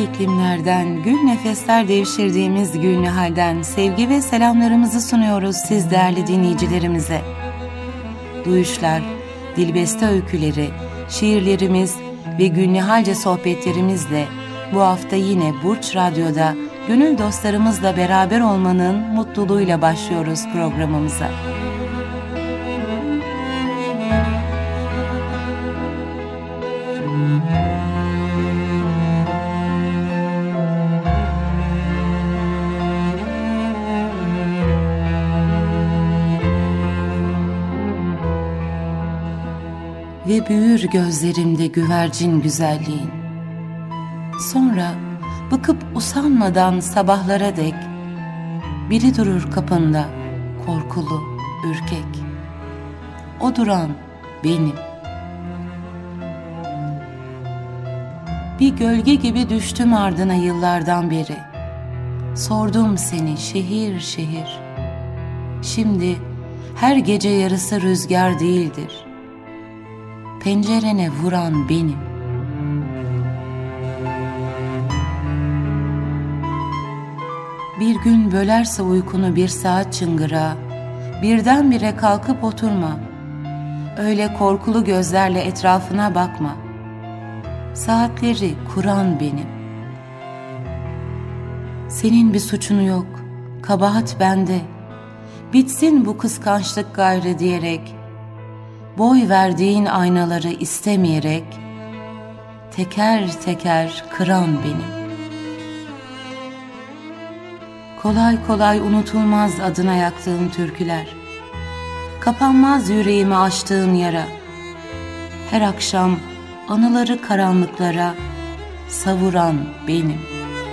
iklimlerden, gül nefesler devşirdiğimiz Gülnihal'den sevgi ve selamlarımızı sunuyoruz siz değerli dinleyicilerimize. Duyuşlar, dilbeste öyküleri, şiirlerimiz ve Gülnihalce sohbetlerimizle bu hafta yine Burç Radyo'da gönül dostlarımızla beraber olmanın mutluluğuyla başlıyoruz programımıza. Ve büyür gözlerimde güvercin güzelliğin. Sonra bıkıp usanmadan sabahlara dek biri durur kapında, korkulu, ürkek. O duran benim. Bir gölge gibi düştüm ardına yıllardan beri. Sordum seni şehir şehir. Şimdi her gece yarısı rüzgar değildir. Pencerene vuran benim. Bir gün bölerse uykunu bir saat çıngırağı, birdenbire kalkıp oturma. Öyle korkulu gözlerle etrafına bakma. Saatleri kuran benim. Senin bir suçun yok, kabahat bende. Bitsin bu kıskançlık gayrı diyerek, boy verdiğin aynaları istemeyerek, teker teker kıran benim. Kolay kolay unutulmaz adına yaktığın türküler, kapanmaz yüreğimi açtığın yara, her akşam anıları karanlıklara savuran benim.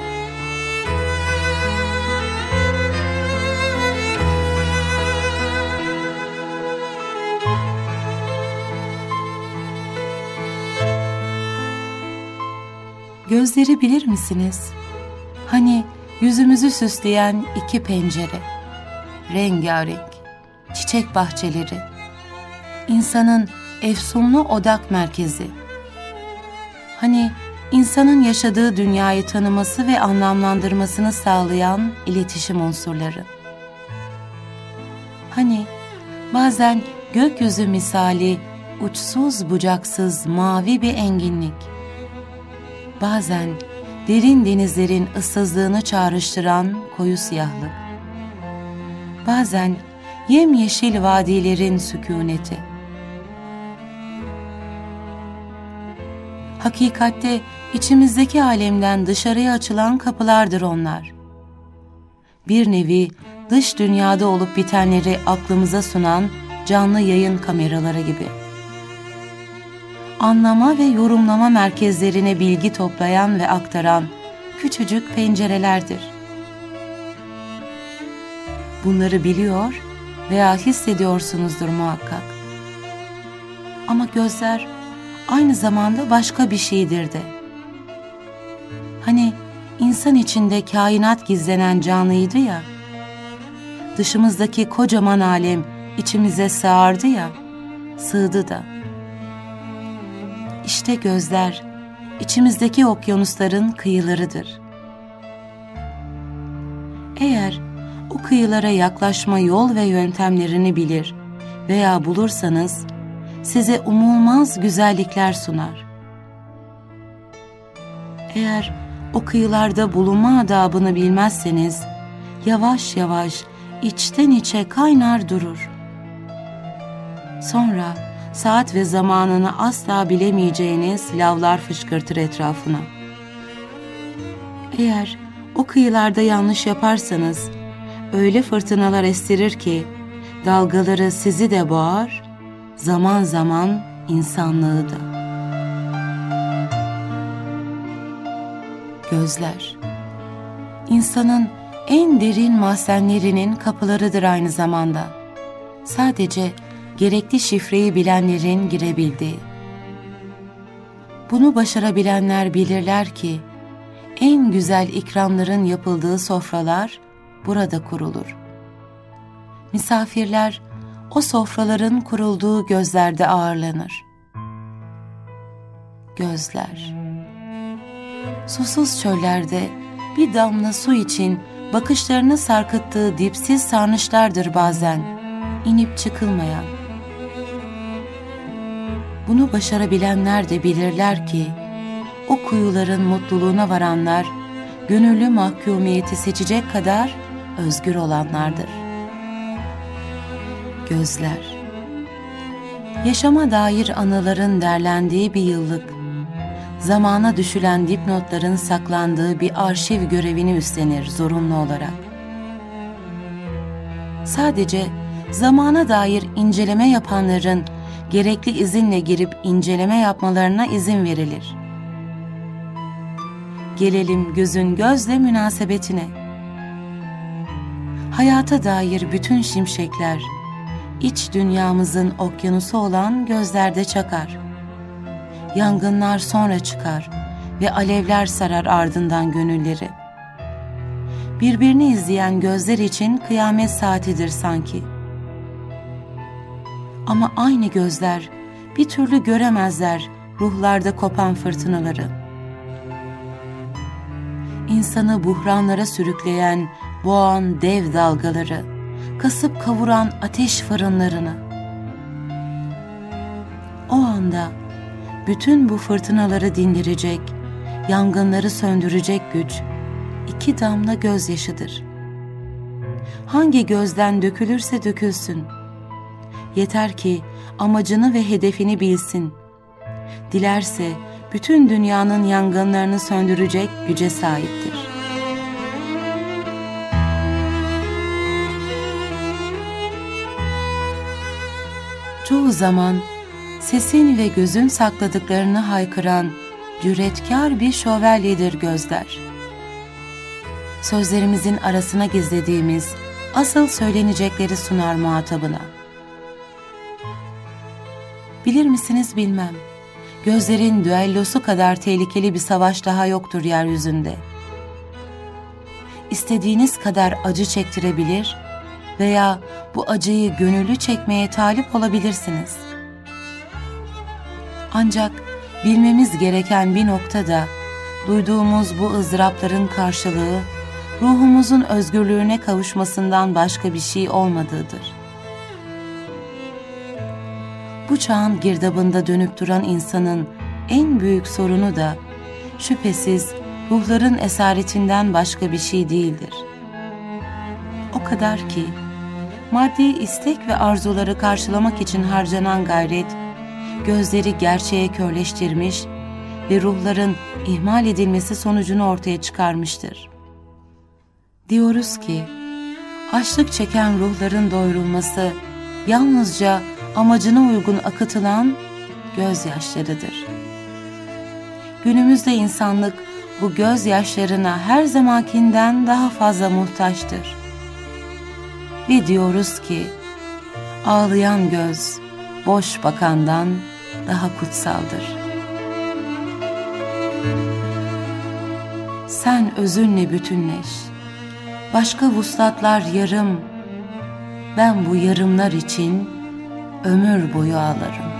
Gözleri bilir misiniz? Hani yüzümüzü süsleyen iki pencere, rengarenk, çiçek bahçeleri, insanın efsunlu odak merkezi. Hani insanın yaşadığı dünyayı tanıması ve anlamlandırmasını sağlayan iletişim unsurları. Hani bazen gökyüzü misali uçsuz bucaksız mavi bir enginlik. Bazen derin denizlerin ıssızlığını çağrıştıran koyu siyahlık. Bazen yemyeşil vadilerin sükûneti. Hakikatte içimizdeki alemden dışarıya açılan kapılardır onlar. Bir nevi dış dünyada olup bitenleri aklımıza sunan canlı yayın kameraları gibi. Anlama ve yorumlama merkezlerine bilgi toplayan ve aktaran küçücük pencerelerdir. Bunları biliyor veya hissediyorsunuzdur muhakkak. Ama gözler aynı zamanda başka bir şeydir de. Hani insan içinde kainat gizlenen canlıydı ya, dışımızdaki kocaman alem içimize sığardı ya, sığdı da. İşte gözler, içimizdeki okyanusların kıyılarıdır. Eğer o kıyılara yaklaşma yol ve yöntemlerini bilir veya bulursanız, size umulmaz güzellikler sunar. Eğer o kıyılarda bulunma adabını bilmezseniz, yavaş yavaş içten içe kaynar durur. Sonra saat ve zamanını asla bilemeyeceğiniz lavlar fışkırtır etrafına. Eğer o kıyılarda yanlış yaparsanız, öyle fırtınalar estirir ki, dalgaları sizi de boğar, zaman zaman insanlığı da. Gözler, insanın en derin mahzenlerinin kapılarıdır aynı zamanda. Sadece gerekli şifreyi bilenlerin girebildiği. Bunu başarabilenler bilirler ki, en güzel ikramların yapıldığı sofralar burada kurulur. Misafirler o sofraların kurulduğu gözlerde ağırlanır. Gözler. Susuz çöllerde bir damla su için bakışlarını sarkıttığı dipsiz sarnıçlardır bazen, inip çıkılmayan. Bunu başarabilenler de bilirler ki, o kuyuların mutluluğuna varanlar, gönüllü mahkumiyeti seçecek kadar özgür olanlardır. Gözler. Yaşama dair anıların derlendiği bir yıllık, zamana düşülen dipnotların saklandığı bir arşiv görevini üstlenir zorunlu olarak. Sadece zamana dair inceleme yapanların gerekli izinle girip inceleme yapmalarına izin verilir. Gelelim gözün gözle münasebetine. Hayata dair bütün şimşekler, iç dünyamızın okyanusu olan gözlerde çakar. Yangınlar sonra çıkar ve alevler sarar ardından gönülleri. Birbirini izleyen gözler için kıyamet saatidir sanki. Ama aynı gözler bir türlü göremezler ruhlarda kopan fırtınaları. İnsanı buhranlara sürükleyen, boğan dev dalgaları, kasıp kavuran ateş fırınlarını. O anda bütün bu fırtınaları dindirecek, yangınları söndürecek güç, 2 damla gözyaşıdır. Hangi gözden dökülürse dökülsün. Yeter ki amacını ve hedefini bilsin. Dilerse bütün dünyanın yangınlarını söndürecek güce sahiptir. Çoğu zaman sesin ve gözün sakladıklarını haykıran cüretkar bir şövalyedir gözler. Sözlerimizin arasına gizlediğimiz asıl söylenecekleri sunar muhatabına. Bilir misiniz bilmem, gözlerin düellosu kadar tehlikeli bir savaş daha yoktur yeryüzünde. İstediğiniz kadar acı çektirebilir veya bu acıyı gönüllü çekmeye talip olabilirsiniz. Ancak bilmemiz gereken bir noktada duyduğumuz bu ızdırapların karşılığı ruhumuzun özgürlüğüne kavuşmasından başka bir şey olmadığıdır. Bu çağın girdabında dönüp duran insanın en büyük sorunu da şüphesiz ruhların esaretinden başka bir şey değildir. O kadar ki maddi istek ve arzuları karşılamak için harcanan gayret gözleri gerçeğe körleştirmiş ve ruhların ihmal edilmesi sonucunu ortaya çıkarmıştır. Diyoruz ki açlık çeken ruhların doyurulması yalnızca amacına uygun akıtılan gözyaşlarıdır. Günümüzde insanlık bu gözyaşlarına her zamankinden daha fazla muhtaçtır. Ve diyoruz ki ağlayan göz boş bakandan daha kutsaldır. Sen özünle bütünleş. Başka vuslatlar yarım. Ben bu yarımlar için ömür boyu ağlarım.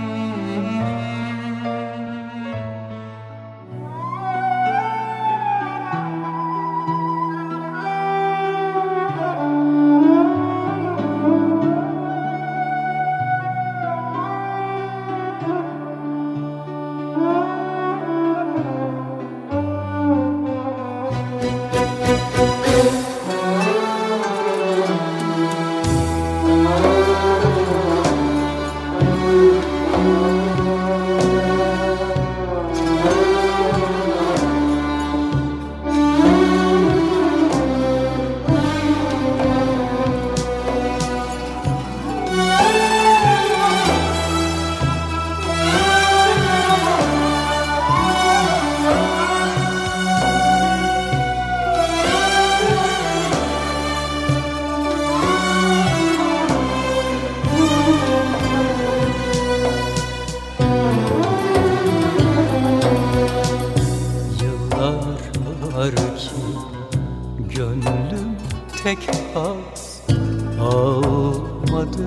Var ki gönlüm tek az ağladı.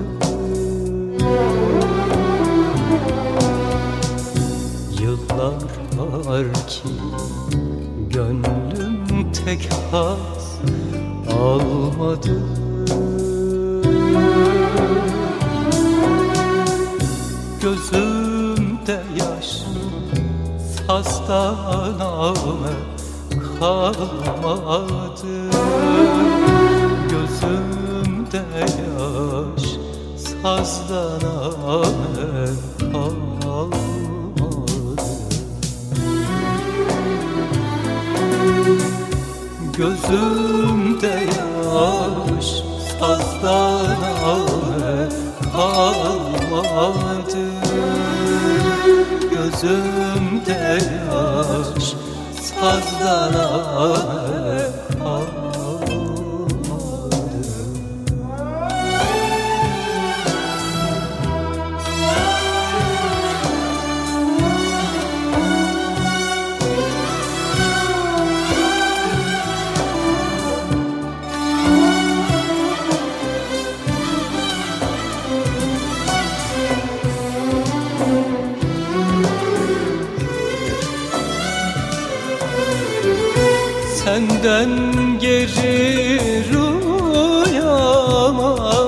Yıllar var ki gönlüm tek haz almadı. Gözümde yaş, sazdan name kalmadı. Gözümde yaş, sazdan name kalmadı. Gözümde yaş, sazdan name kalmadı. Gözümde yaş, sazdan name kalmadı. Senden geri rüyama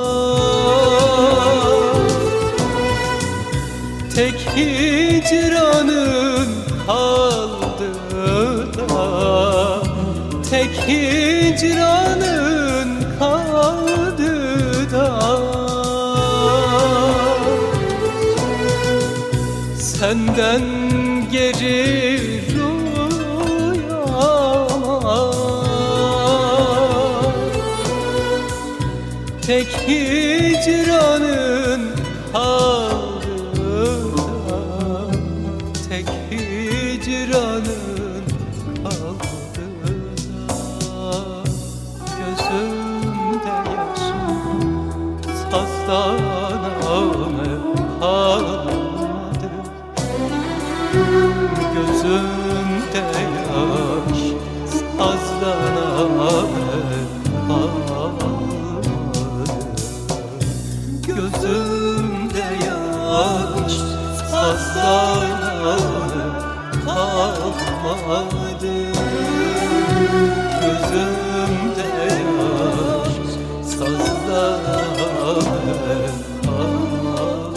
tek hicranın kaldı da, tek hicranın kaldı da. Senden geri tek hicranın kaldı da, tek hicranın kaldı da. Gözümde yaş, sazdan name kalmadı. Gözümde yaş, sazdan name kalmadı. Gözümde yaş, sazdan name kalmadı. Gözümde yaş, sazdan name kalmadı.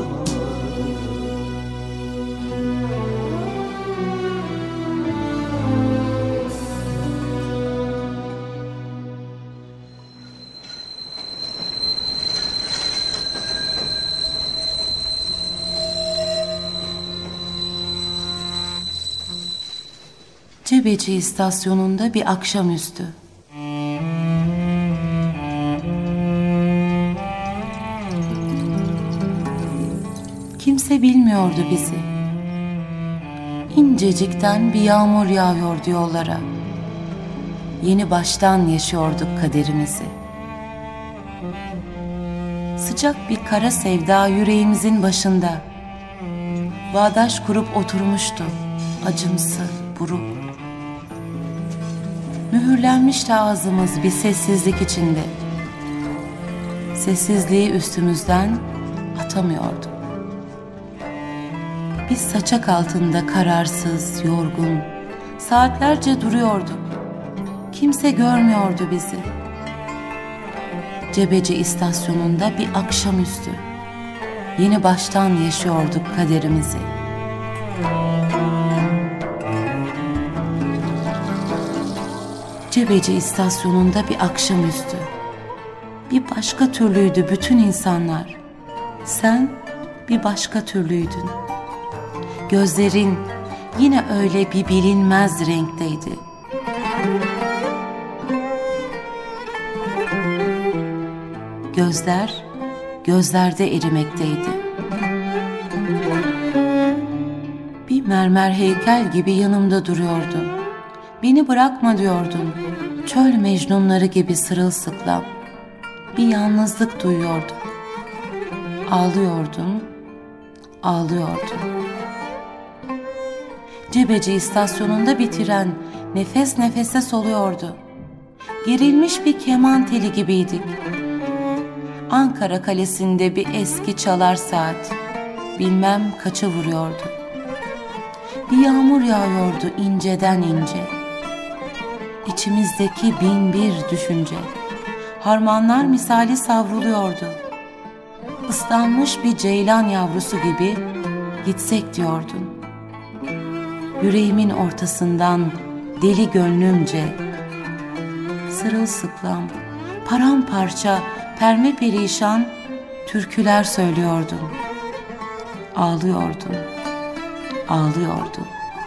Cebeci istasyonunda bir akşamüstü. Kimse bilmiyordu bizi. İncecikten bir yağmur yağıyordu yollara. Yeni baştan yaşıyorduk kaderimizi. Sıcak bir kara sevda yüreğimizin başında. Bağdaş kurup oturmuştu, acımsı, buruk. Mühürlenmişti ağzımız bir sessizlik içinde. Sessizliği üstümüzden atamıyorduk. Biz saçak altında kararsız, yorgun, saatlerce duruyorduk. Kimse görmüyordu bizi. Cebeci istasyonunda bir akşamüstü. Yeni baştan yaşıyorduk kaderimizi. Cebeci istasyonunda bir akşamüstü. Bir başka türlüydü bütün insanlar. Sen bir başka türlüydün. Gözlerin yine öyle bir bilinmez renkteydi. Gözler, gözlerde erimekteydi. Bir mermer heykel gibi yanımda duruyordun. Beni bırakma diyordun. Çöl mecnunları gibi sırılsıklam. Bir yalnızlık duyuyordum. Ağlıyordun, ağlıyordun. Cebeci istasyonunda bir tren nefes nefese soluyordu. Gerilmiş bir keman teli gibiydik. Ankara Kalesi'nde bir eski çalar saat bilmem kaça vuruyordu. Bir yağmur yağıyordu inceden ince. İçimizdeki bin bir düşünce harmanlar misali savruluyordu. Islanmış bir ceylan yavrusu gibi gitsek diyordun. Yüreğimin ortasından deli gönlümce sırılsıklam, paramparça, perme perişan türküler söylüyordun. Ağlıyordun, ağlıyordun.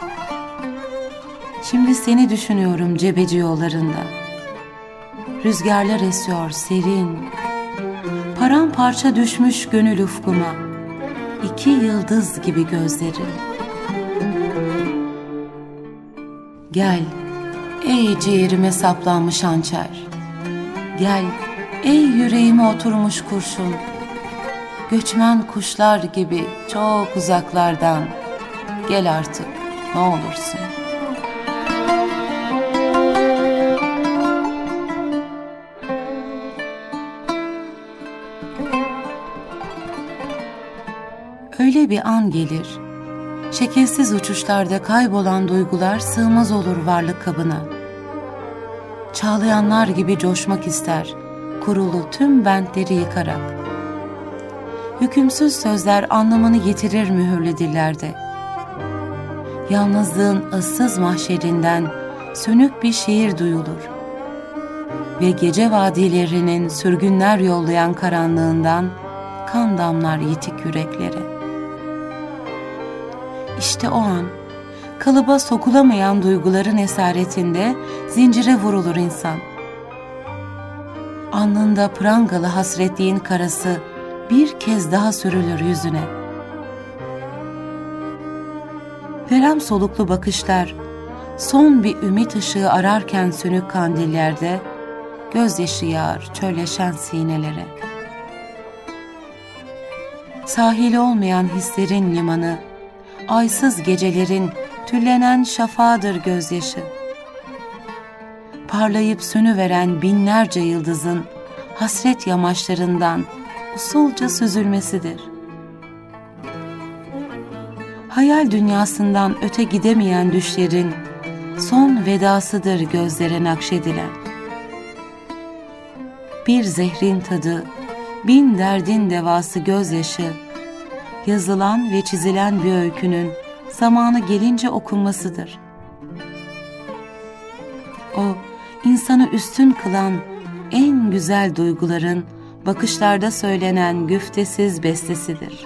Şimdi seni düşünüyorum cebeci yollarında. Rüzgarlar esiyor serin. Paramparça düşmüş gönül ufkuma. 2 yıldız gibi gözlerin. Gel ey ciğerime saplanmış hançer. Gel ey yüreğime oturmuş kurşun. Göçmen kuşlar gibi çok uzaklardan. Gel artık ne olursun. Öyle bir an gelir, şekilsiz uçuşlarda kaybolan duygular sığmaz olur varlık kabına. Çağlayanlar gibi coşmak ister, kurulu tüm bentleri yıkarak. Hükümsüz sözler anlamını yitirir mühürlü dillerde. Yalnızlığın ıssız mahşerinden sönük bir şiir duyulur. Ve gece vadilerinin sürgünler yollayan karanlığından kan damlar yitik yüreklere. İşte o an, kalıba sokulamayan duyguların esaretinde zincire vurulur insan. Alnında prangalı hasretliğin karası bir kez daha sürülür yüzüne. Verem soluklu bakışlar, son bir ümit ışığı ararken sönük kandillerde, gözyaşı yağar çölleşen sinelere. Sahili olmayan hislerin limanı, aysız gecelerin tüllenen şafağıdır gözyaşı. Parlayıp sönüveren binlerce yıldızın hasret yamaçlarından usulca süzülmesidir. Hayal dünyasından öte gidemeyen düşlerin son vedasıdır gözlere nakşedilen. Bir zehrin tadı, bin derdin devası gözyaşı, yazılan ve çizilen bir öykünün zamanı gelince okunmasıdır. O, insanı üstün kılan en güzel duyguların bakışlarda söylenen güftesiz bestesidir.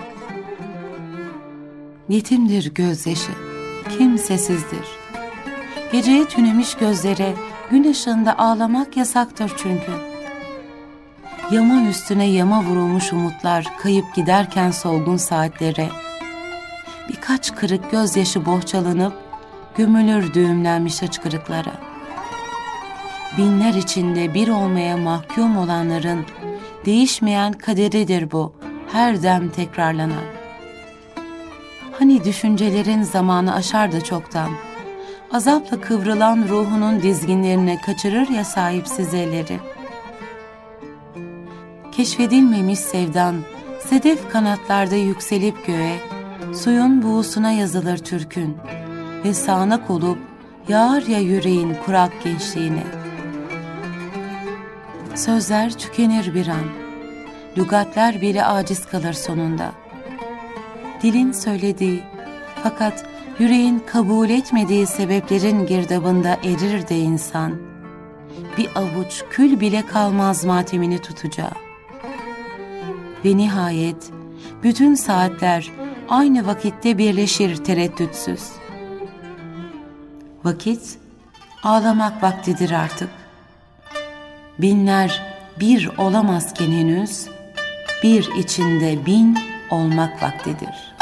Yetimdir gözyaşı, kimsesizdir. Geceye tünemiş gözlere gün ışığında ağlamak yasaktır çünkü. Yama üstüne yama vurulmuş umutlar kayıp giderken solgun saatlere, birkaç kırık gözyaşı bohçalanıp gömülür düğümlenmiş hıçkırıklara. Binler içinde bir olmaya mahkum olanların değişmeyen kaderidir bu, her dem tekrarlanan. Hani düşüncelerin zamanı aşar da çoktan, azapla kıvrılan ruhunun dizginlerine kaçırır ya sahipsiz elleri. Keşfedilmemiş sevdan, sedef kanatlarda yükselip göğe, suyun buğusuna yazılır türkün ve sağanak olup yağar ya yüreğin kurak gençliğine. Sözler tükenir bir an, lügatler bile aciz kalır sonunda. Dilin söylediği fakat yüreğin kabul etmediği sebeplerin girdabında erir de insan, bir avuç kül bile kalmaz matemini tutacağı. Ve nihayet bütün saatler aynı vakitte birleşir tereddütsüz. Vakit ağlamak vaktidir artık. Binler bir olamazken henüz, bir içinde bin olmak vaktidir.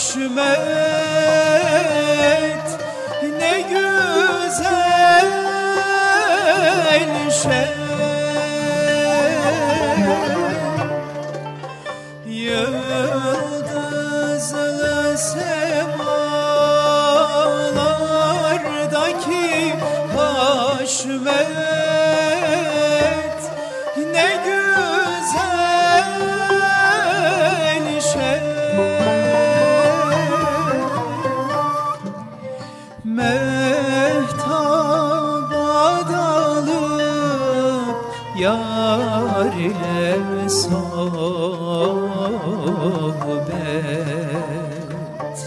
haşmet, ne güzel şey. Yıldızlı semalardaki haşmet, ne güzel şey. Mehtaba dalıp yar ile sohbet,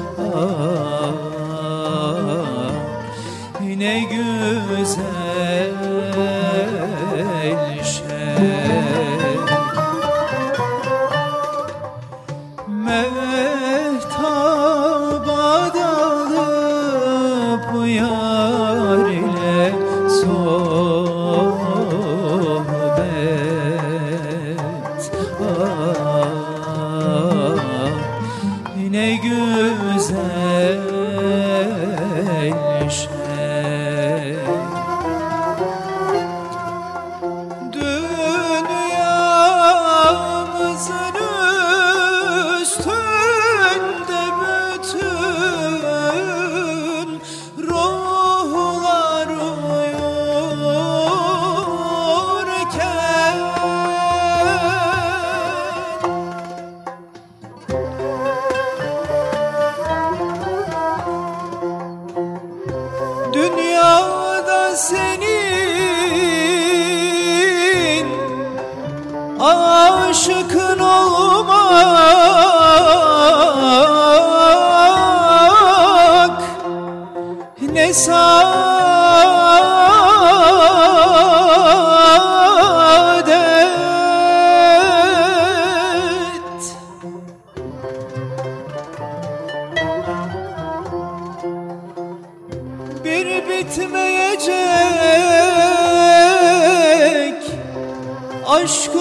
ne güzel şey. Mehtaba dalıp yar ile sohbet, ne güzel şey. Dünyamızın üstünde bütün ruhlar uyurken, dünyada senin aşıkın olmak ne saadet. Bir bitmeyecek aşk-ı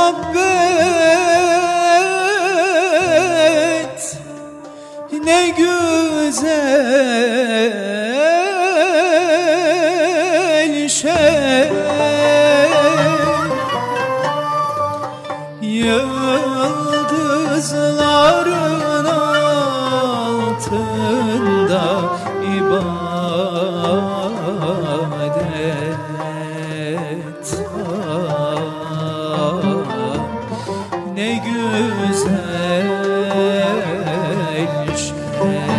muhabbet, ne güzel şey. Yıldızların altında ibadet, ne güzel şey.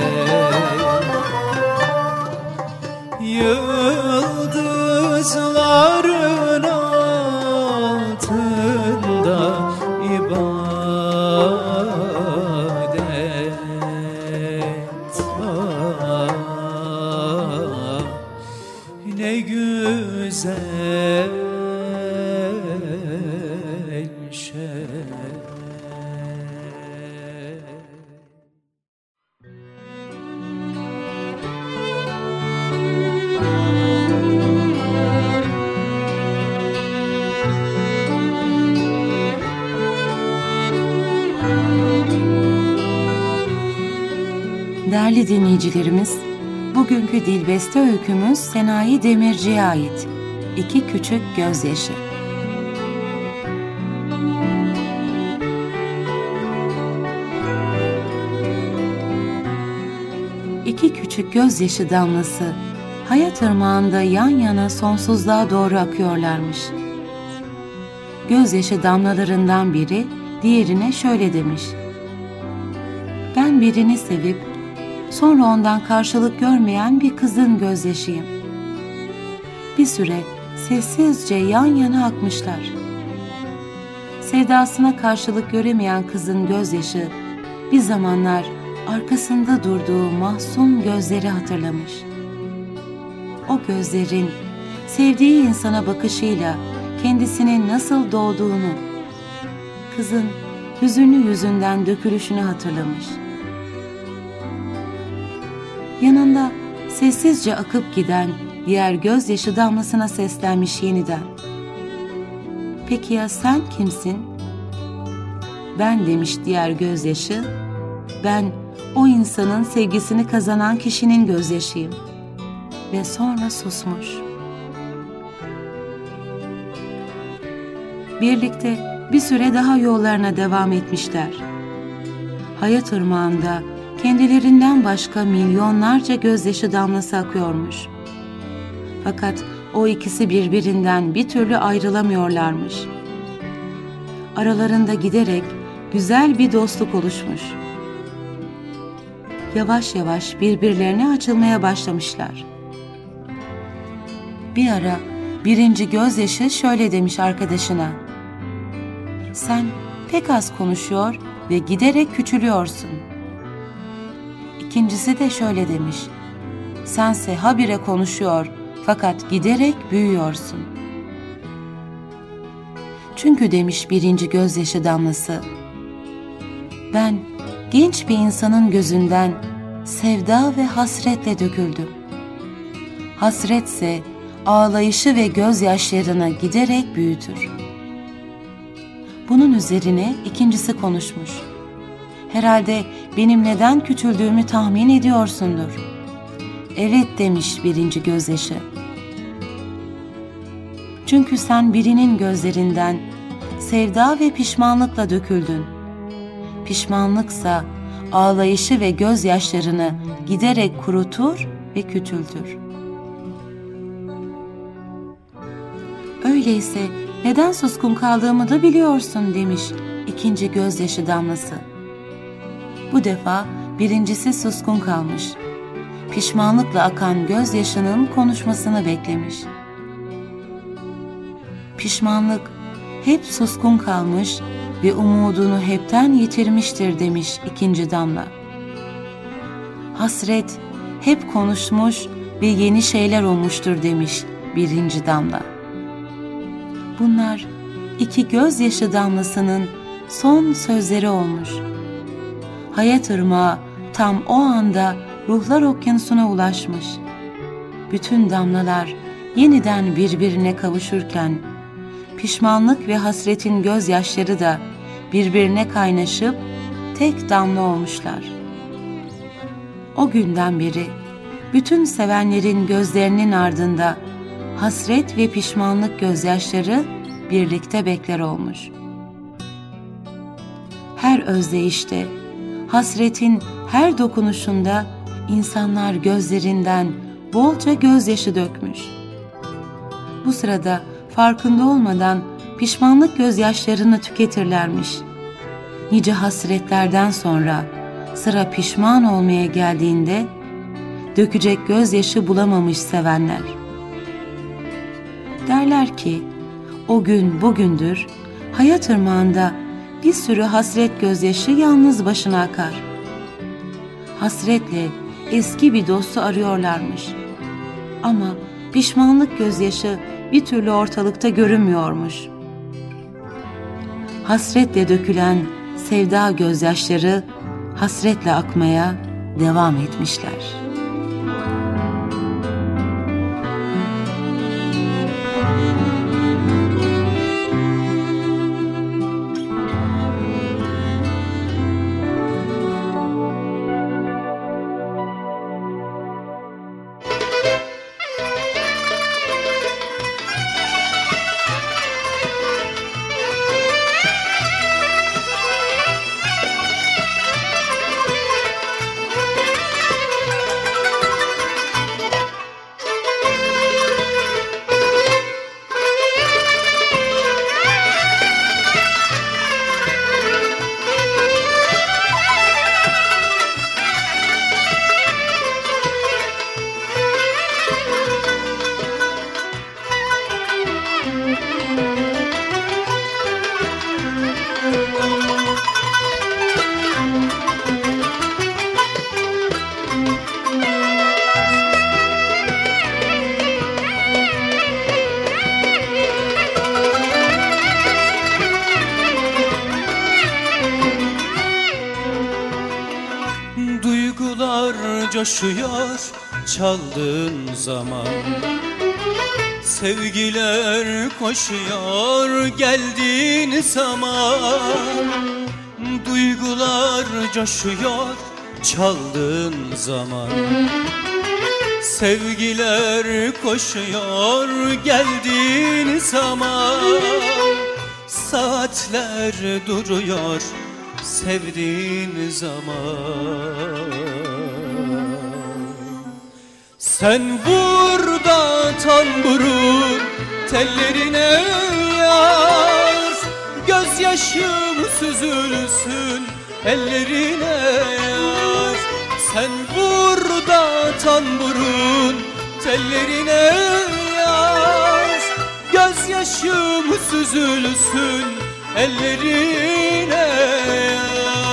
Yıldızların altında ibadet, ne güzel şey. Değerli dinleyicilerimiz, bugünkü Dilbeste öykümüz Senayi Demirci'ye ait. İki Küçük Gözyaşı. İki küçük gözyaşı damlası hayat ırmağında yan yana sonsuzluğa doğru akıyorlarmış. Gözyaşı damlalarından biri diğerine şöyle demiş: "Ben birini sevip sonra ondan karşılık görmeyen bir kızın gözyaşıyım." Bir süre sessizce yan yana akmışlar. Sevdasına karşılık göremeyen kızın gözyaşı bir zamanlar arkasında durduğu mahzun gözleri hatırlamış. O gözlerin sevdiği insana bakışıyla kendisinin nasıl doğduğunu, kızın hüzünlü yüzünden dökülüşünü hatırlamış. Yanında sessizce akıp giden diğer gözyaşı damlasına seslenmiş yeniden. "Peki ya sen kimsin?" "Ben," demiş diğer gözyaşı, Ben o insanın sevgisini kazanan kişinin gözyaşıyım. Ve sonra susmuş. Birlikte bir süre daha yollarına devam etmişler. Hayat ırmağında kendilerinden başka milyonlarca gözyaşı damlası akıyormuş. Fakat o ikisi birbirinden bir türlü ayrılamıyorlarmış. Aralarında giderek güzel bir dostluk oluşmuş. Yavaş yavaş birbirlerine açılmaya başlamışlar. Bir ara birinci gözyaşı şöyle demiş arkadaşına: "Sen pek az konuşuyor ve giderek küçülüyorsun." İkincisi de şöyle demiş: "Sense habire konuşuyor fakat giderek büyüyorsun." Çünkü demiş birinci gözyaşı damlası, "Ben genç bir insanın gözünden sevda ve hasretle döküldüm. Hasretse ağlayışı ve gözyaşlarını giderek büyütür." Bunun üzerine ikincisi konuşmuş. "Herhalde benim neden küçüldüğümü tahmin ediyorsundur." "Evet," demiş birinci gözyaşı. "Çünkü sen birinin gözlerinden sevda ve pişmanlıkla döküldün. Pişmanlıksa ağlayışı ve gözyaşlarını giderek kurutur ve küçültür." "Öyleyse neden suskun kaldığımı da biliyorsun," demiş ikinci gözyaşı damlası. Bu defa birincisi suskun kalmış. Pişmanlıkla akan gözyaşının konuşmasını beklemiş. Pişmanlık hep suskun kalmış ve umudunu hepten yitirmiştir demiş ikinci damla. Hasret hep konuşmuş ve yeni şeyler olmuştur demiş birinci damla. Bunlar iki gözyaşı damlasının son sözleri olmuş. Hayat ırmağı tam o anda ruhlar okyanusuna ulaşmış. Bütün damlalar yeniden birbirine kavuşurken, pişmanlık ve hasretin gözyaşları da birbirine kaynaşıp tek damla olmuşlar. O günden beri bütün sevenlerin gözlerinin ardında hasret ve pişmanlık gözyaşları birlikte bekler olmuş. Her özdeyişte, hasretin her dokunuşunda insanlar gözlerinden bolca gözyaşı dökmüş. Bu sırada farkında olmadan pişmanlık gözyaşlarını tüketirlermiş. Nice hasretlerden sonra sıra pişman olmaya geldiğinde dökecek gözyaşı bulamamış sevenler. Derler ki, o gün bugündür hayat ırmağında bir sürü hasret gözyaşı yalnız başına akar. Hasretle eski bir dostu arıyorlarmış. Ama pişmanlık gözyaşı bir türlü ortalıkta görünmüyormuş. Hasretle dökülen sevda gözyaşları hasretle akmaya devam etmişler. Coşuyor çaldığın zaman, sevgiler koşuyor geldiğin zaman. Duygular coşuyor çaldığın zaman, sevgiler koşuyor geldiğin zaman. Saatler duruyor sevdiğin zaman. Sen burada tamburun tellerine yaz, gözyaşım süzülsün ellerine yaz. Sen burada tamburun tellerine yaz, gözyaşım süzülsün ellerine yaz.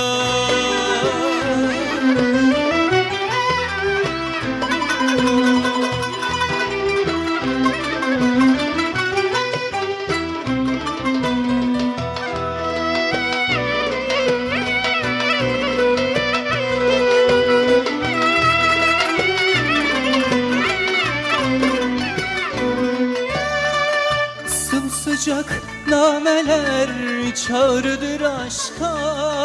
Sımsıcak nameler çağrıdır aşka,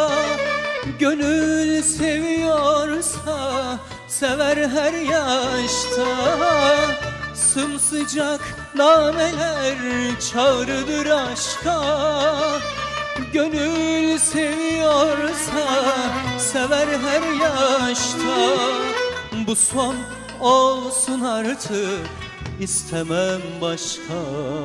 gönül seviyorsa sever her yaşta. Sımsıcak nameler çağrıdır aşka, gönül seviyorsa sever her yaşta. Bu son olsun artık, istemem başka.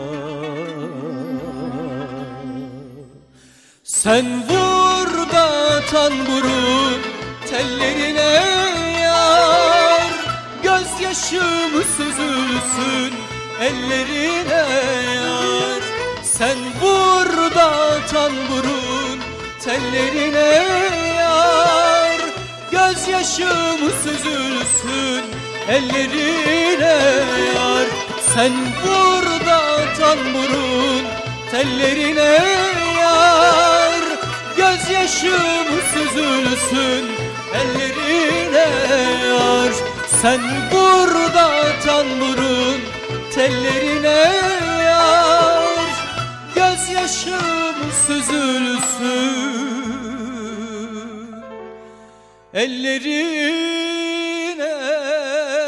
Sen burada tamburun tellerine yar, gözyaşım süzülsün ellerine yar. Sen burada tamburun tellerine yar, gözyaşım süzülsün ellerine yar. Sen burada tamburun tellerine yar, gözyaşım süzülsün ellerine yar. Sen burada tamburun tellerine yar, gözyaşım süzülsün ellerine yar.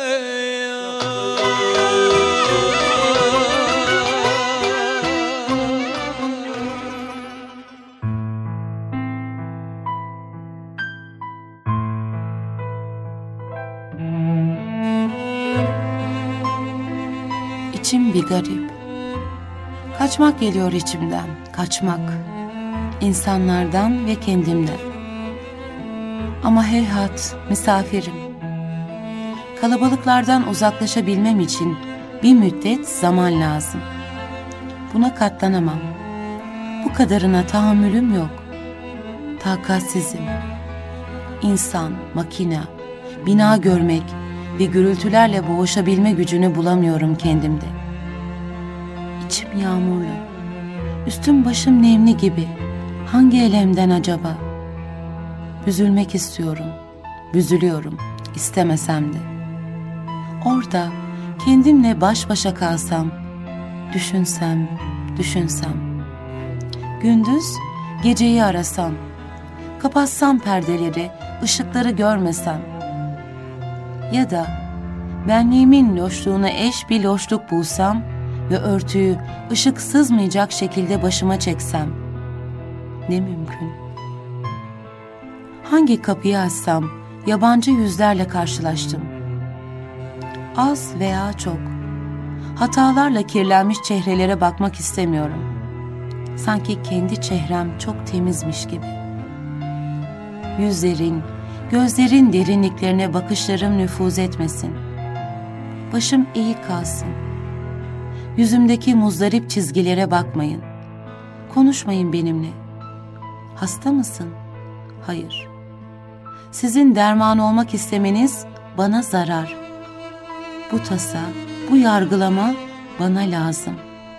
İçim bir garip. Kaçmak geliyor içimden, kaçmak. İnsanlardan ve kendimden. Ama heyhat, misafirim. Kalabalıklardan uzaklaşabilmem için bir müddet zaman lazım. Buna katlanamam. Bu kadarına tahammülüm yok. Takatsizim. İnsan, makina, bina görmek ve gürültülerle boğuşabilme gücünü bulamıyorum kendimde. İçim yağmurlu. Üstüm başım nemli gibi. Hangi elemden acaba? Büzülmek istiyorum. Büzülüyorum. İstemesem de. Orada kendimle baş başa kalsam, düşünsem. Gündüz geceyi arasam, kapatsam perdeleri, ışıkları görmesem. Ya da benliğimin loşluğuna eş bir loşluk bulsam ve örtüyü ışık sızmayacak şekilde başıma çeksem. Ne mümkün. Hangi kapıyı açsam yabancı yüzlerle karşılaştım. Az veya çok. Hatalarla kirlenmiş çehrelere bakmak istemiyorum. Sanki kendi çehrem çok temizmiş gibi. Yüzlerin, gözlerin derinliklerine bakışlarım nüfuz etmesin. Başım eğik kalsın. Yüzümdeki muzdarip çizgilere bakmayın. Konuşmayın benimle. Hasta mısın? Hayır. Sizin derman olmak istemeniz bana zarar. Bu tasa, bu yargılama bana lazım.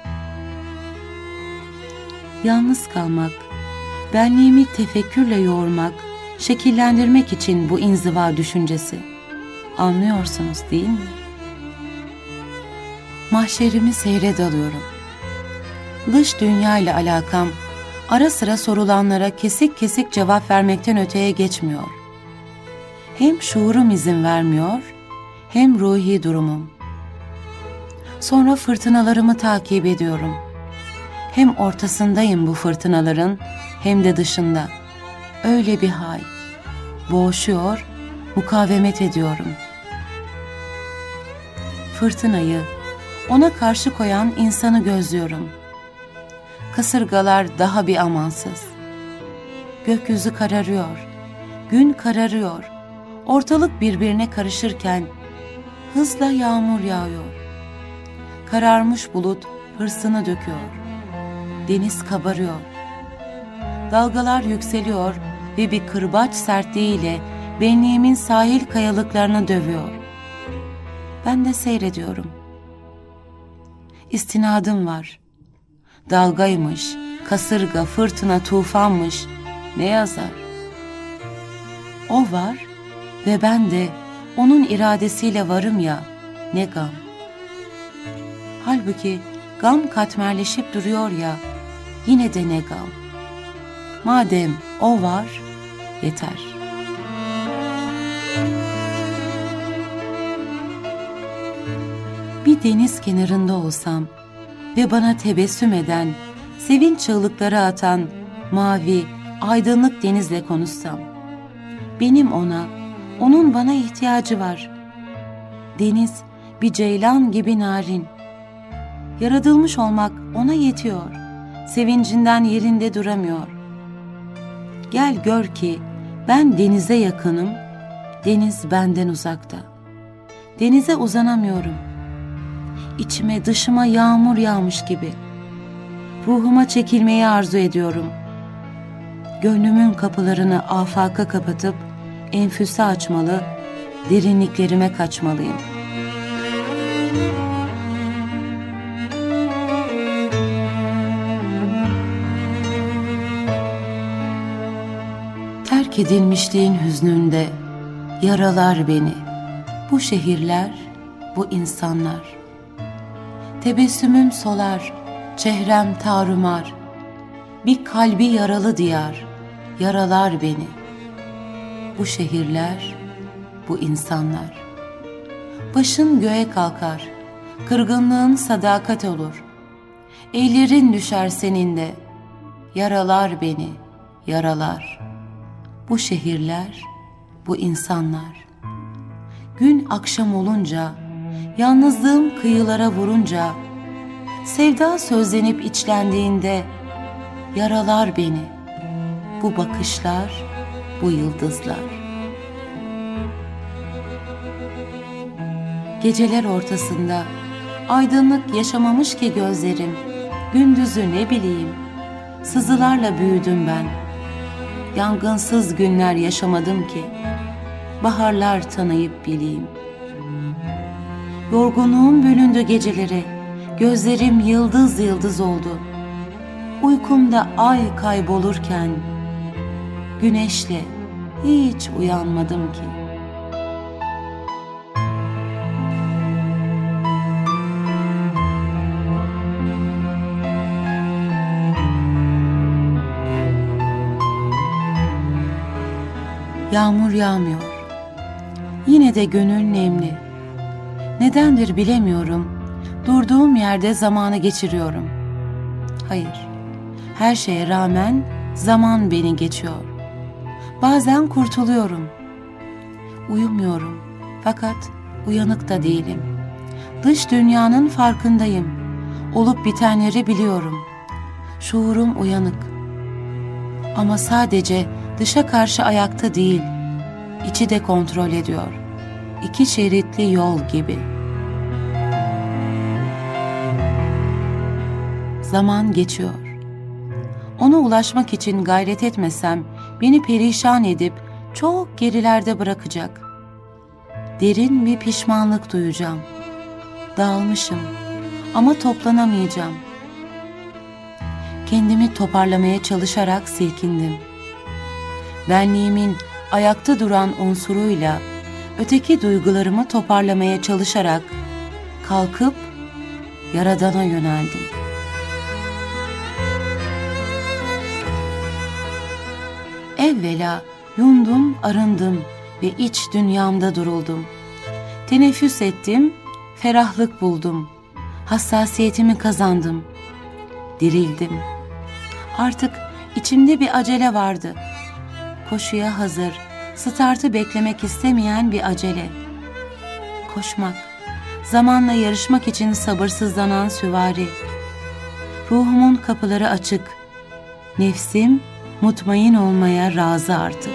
Yalnız kalmak, benliğimi tefekkürle yoğurmak, şekillendirmek için bu inziva düşüncesi. Anlıyorsunuz değil mi? Mahşerimi seyre dalıyorum. Dış dünya ile alakam Ara sıra sorulanlara kesik kesik cevap vermekten öteye geçmiyor. Hem şuurum izin vermiyor, hem ruhi durumum. Sonra fırtınalarımı takip ediyorum. Hem ortasındayım bu fırtınaların, hem de dışında. Öyle bir hal. Boğuşuyor, mukavemet ediyorum. Fırtınayı, ona karşı koyan insanı gözlüyorum. Kasırgalar daha bir amansız. Gökyüzü kararıyor, gün kararıyor. Ortalık birbirine karışırken hızla yağmur yağıyor. Kararmış bulut hırsını döküyor. Deniz kabarıyor. Dalgalar yükseliyor ve bir kırbaç sertliğiyle benliğimin sahil kayalıklarını dövüyor. Ben de seyrediyorum. İstinadım var. Dalgaymış, kasırga, fırtına, tufanmış. Ne yazar? O var ve ben de onun iradesiyle varım ya, ne gam. Halbuki gam katmerleşip duruyor ya, yine de ne gam. Madem o var, yeter. Bir deniz kenarında olsam ve bana tebessüm eden, sevinç çığlıkları atan mavi, aydınlık denizle konuşsam, benim ona, onun bana ihtiyacı var. Deniz bir ceylan gibi narin. Yaratılmış olmak ona yetiyor. Sevincinden yerinde duramıyor. Gel gör ki ben denize yakınım, deniz benden uzakta. Denize uzanamıyorum. İçime dışıma yağmur yağmış gibi. Ruhuma çekilmeyi arzu ediyorum. Gönlümün kapılarını afaka kapatıp enfüse açmalı, derinliklerime kaçmalıyım. Terk edilmişliğin hüznünde yaralar beni. Bu şehirler, bu insanlar. Tebessümüm solar, çehrem tarumar. Bir kalbi yaralı diyar, yaralar beni. Bu şehirler, bu insanlar. Başın göğe kalkar, kırgınlığın sadakat olur. Ellerin düşer senin de, yaralar beni, yaralar. Bu şehirler, bu insanlar. Gün akşam olunca, yalnızlığım kıyılara vurunca, sevda sözlenip içlendiğinde, yaralar beni. Bu bakışlar, bu yıldızlar. Geceler ortasında aydınlık yaşamamış ki gözlerim, gündüzü ne bileyim, sızılarla büyüdüm ben. Yangınsız günler yaşamadım ki, baharlar tanıyıp bileyim. Yorgunluğum bölündü geceleri, gözlerim yıldız yıldız oldu. Uykumda ay kaybolurken, güneşle hiç uyanmadım ki. Yağmur yağmıyor. Yine de gönül nemli. Nedendir bilemiyorum. Durduğum yerde zamanı geçiriyorum. Hayır, her şeye rağmen zaman beni geçiyor. Bazen kurtuluyorum. Uyumuyorum fakat uyanık da değilim. Dış dünyanın farkındayım. Olup bitenleri biliyorum. Şuurum uyanık. Ama sadece dışa karşı ayakta değil, içi de kontrol ediyor. İki şeritli yol gibi. Zaman geçiyor. Ona ulaşmak için gayret etmesem, beni perişan edip çok gerilerde bırakacak. Derin bir pişmanlık duyacağım. Dağılmışım ama toplanamayacağım. Kendimi toparlamaya çalışarak silkindim. Benliğimin ayakta duran unsuruyla öteki duygularımı toparlamaya çalışarak kalkıp Yaradan'a yöneldim. Evvela yundum, arındım ve iç dünyamda duruldum. Teneffüs ettim, ferahlık buldum. Hassasiyetimi kazandım. Dirildim. Artık içimde bir acele vardı. Koşuya hazır, startı beklemek istemeyen bir acele. Koşmak, zamanla yarışmak için sabırsızlanan süvari. Ruhumun kapıları açık. Nefsim mutmain olmaya razı artık.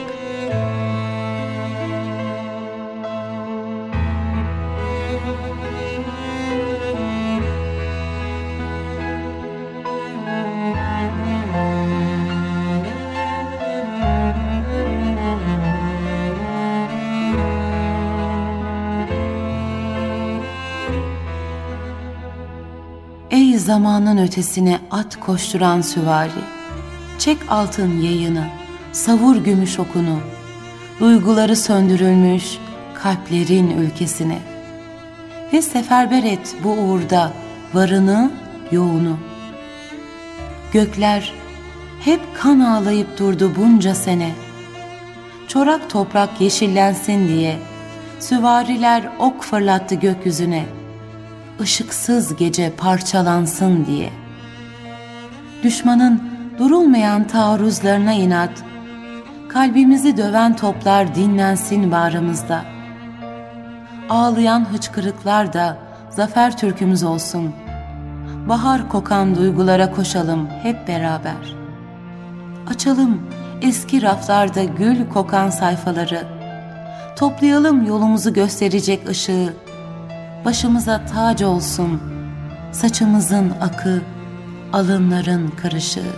Ey zamanın ötesine at koşturan süvari, çek altın yayını, savur gümüş okunu, duyguları söndürülmüş kalplerin ülkesine. Ve seferber et bu uğurda varını, yoğunu. Gökler hep kan ağlayıp durdu bunca sene. Çorak toprak yeşillensin diye süvariler ok fırlattı gökyüzüne. Işıksız gece parçalansın diye. Düşmanın durulmayan taarruzlarına inat, kalbimizi döven toplar dinlensin bağrımızda. Ağlayan hıçkırıklar da zafer türkümüz olsun. Bahar kokan duygulara koşalım hep beraber. Açalım eski raflarda gül kokan sayfaları. Toplayalım yolumuzu gösterecek ışığı. Başımıza tac olsun, saçımızın akı, alınların karışığı.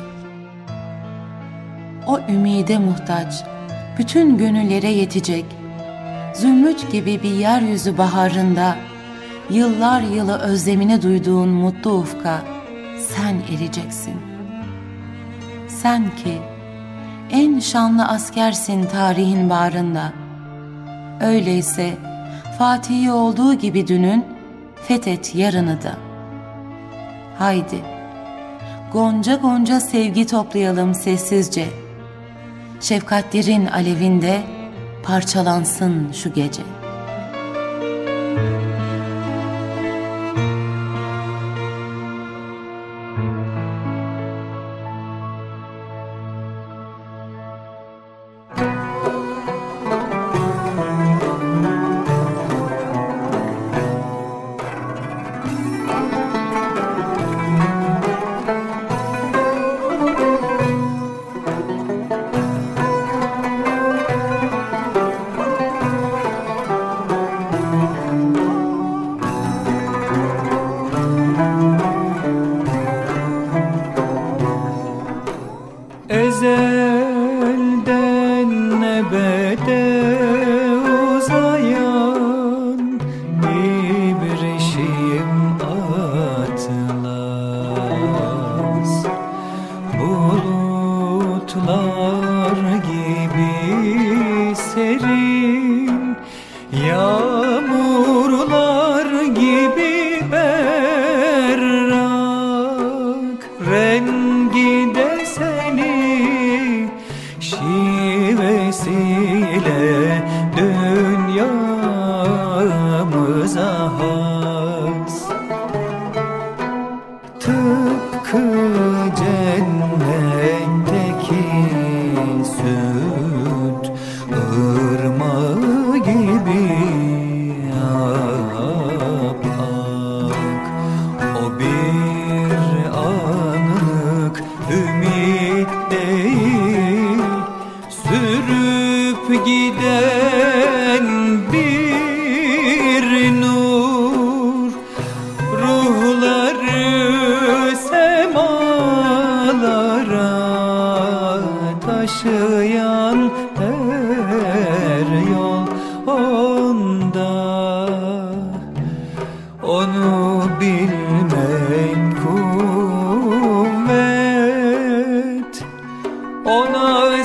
O ümide muhtaç, bütün gönüllere yetecek, zümrüt gibi bir yeryüzü baharında, yıllar yılı özlemini duyduğun mutlu ufka sen ereceksin. Sen ki en şanlı askersin tarihin bağrında. Öyleyse Fatih'i olduğu gibi dünün, fethet yarını da. Haydi, gonca gonca sevgi toplayalım sessizce. Şefkatlerin alevinde parçalansın şu gece. Ezelden ebede uzayan ibrişim atlas, bulutlar gibi serin, yağmurlar gibi berrak, rengi de seni şivesiyle dünyamıza has. Tıpkı cennetteki süt ırmağı gibi apak, o bir anlık ümit değil, sürüp giden bir nur, ruhları semalara taşıyan her yol onda. Onu bilmek kuvvet, ona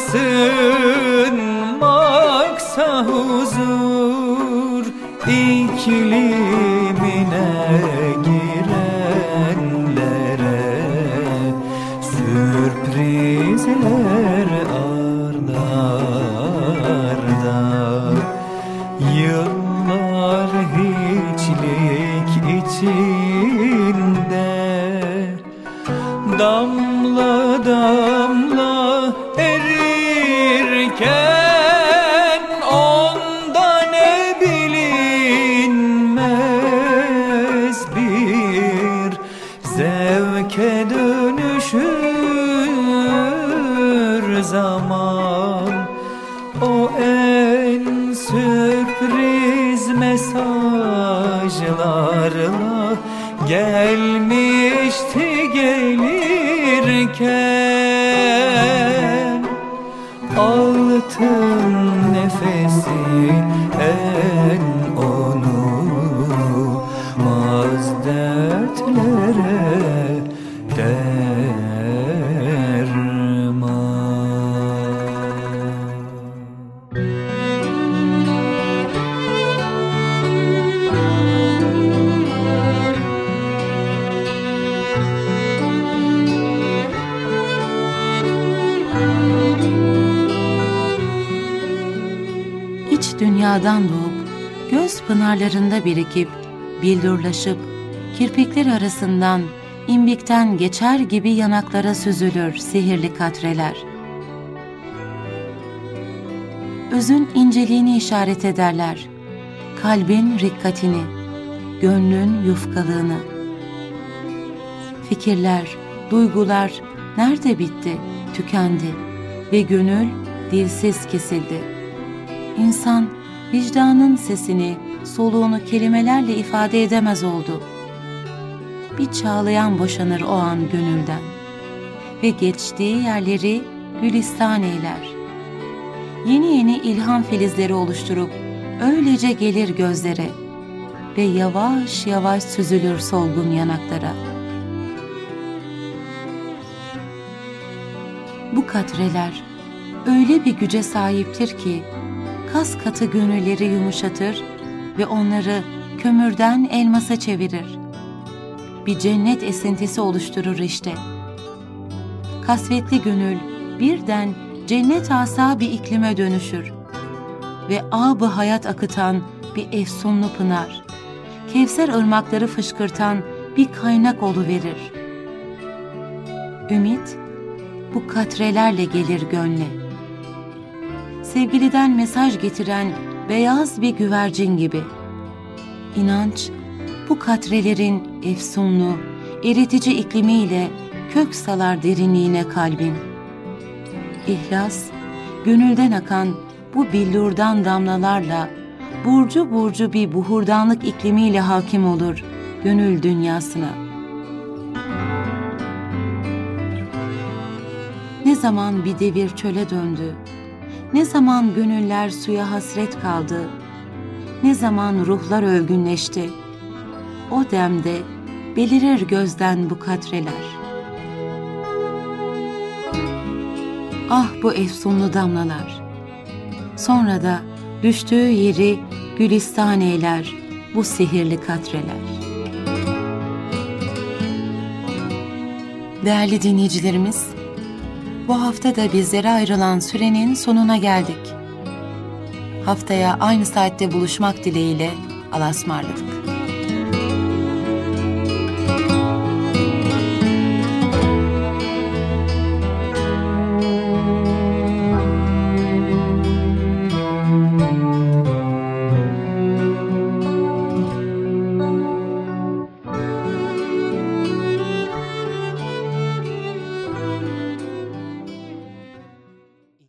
sığınmaksa huzur, iklimine girenlere sürprizler arda. damla damla erirken onda ne bilinmez bir zevke dönüşür zaman. O en sürpriz mesajlarla gelmişti gelirken, altın nefesi en unutmaz dertlere derman. İç dünyadan doğup, göz pınarlarında birikip, billurlaşıp, kirpikler arasından, imbikten geçer gibi yanaklara süzülür sihirli katreler. Özün inceliğini işaret ederler, kalbin rikkatini, gönlün yufkalığını. Fikirler, duygular nerede bitti, tükendi ve gönül dilsiz kesildi. İnsan vicdanın sesini, soluğunu kelimelerle ifade edemez oldu. Bir çağlayan boşanır o an gönülden ve geçtiği yerleri gülistan eyler. Yeni yeni ilham filizleri oluşturup öylece gelir gözlere ve yavaş yavaş süzülür solgun yanaklara. Bu katreler öyle bir güce sahiptir ki kas katı gönülleri yumuşatır ve onları kömürden elmasa çevirir. Bir cennet esintisi oluşturur işte. Kasvetli gönül birden cennet asa bir iklime dönüşür ve âb-ı hayat akıtan bir efsunlu pınar, Kevser ırmakları fışkırtan bir kaynak oluverir. Ümit bu katrelerle gelir gönle. Sevgiliden mesaj getiren beyaz bir güvercin gibi. İnanç bu katrelerin efsunlu, eritici iklimiyle kök salar derinliğine kalbin. İhlas, gönülden akan bu billurdan damlalarla burcu burcu bir buhurdanlık iklimiyle hakim olur gönül dünyasına. Ne zaman bir devir çöle döndü, ne zaman gönüller suya hasret kaldı, ne zaman ruhlar ölgünleşti, o demde belirir gözden bu katreler. Ah bu efsunlu damlalar! Sonra da düştüğü yeri gülistan eyler bu sihirli katreler. Değerli dinleyicilerimiz, bu hafta da bizlere ayrılan sürenin sonuna geldik. Haftaya aynı saatte buluşmak dileğiyle Allah'a ısmarladık.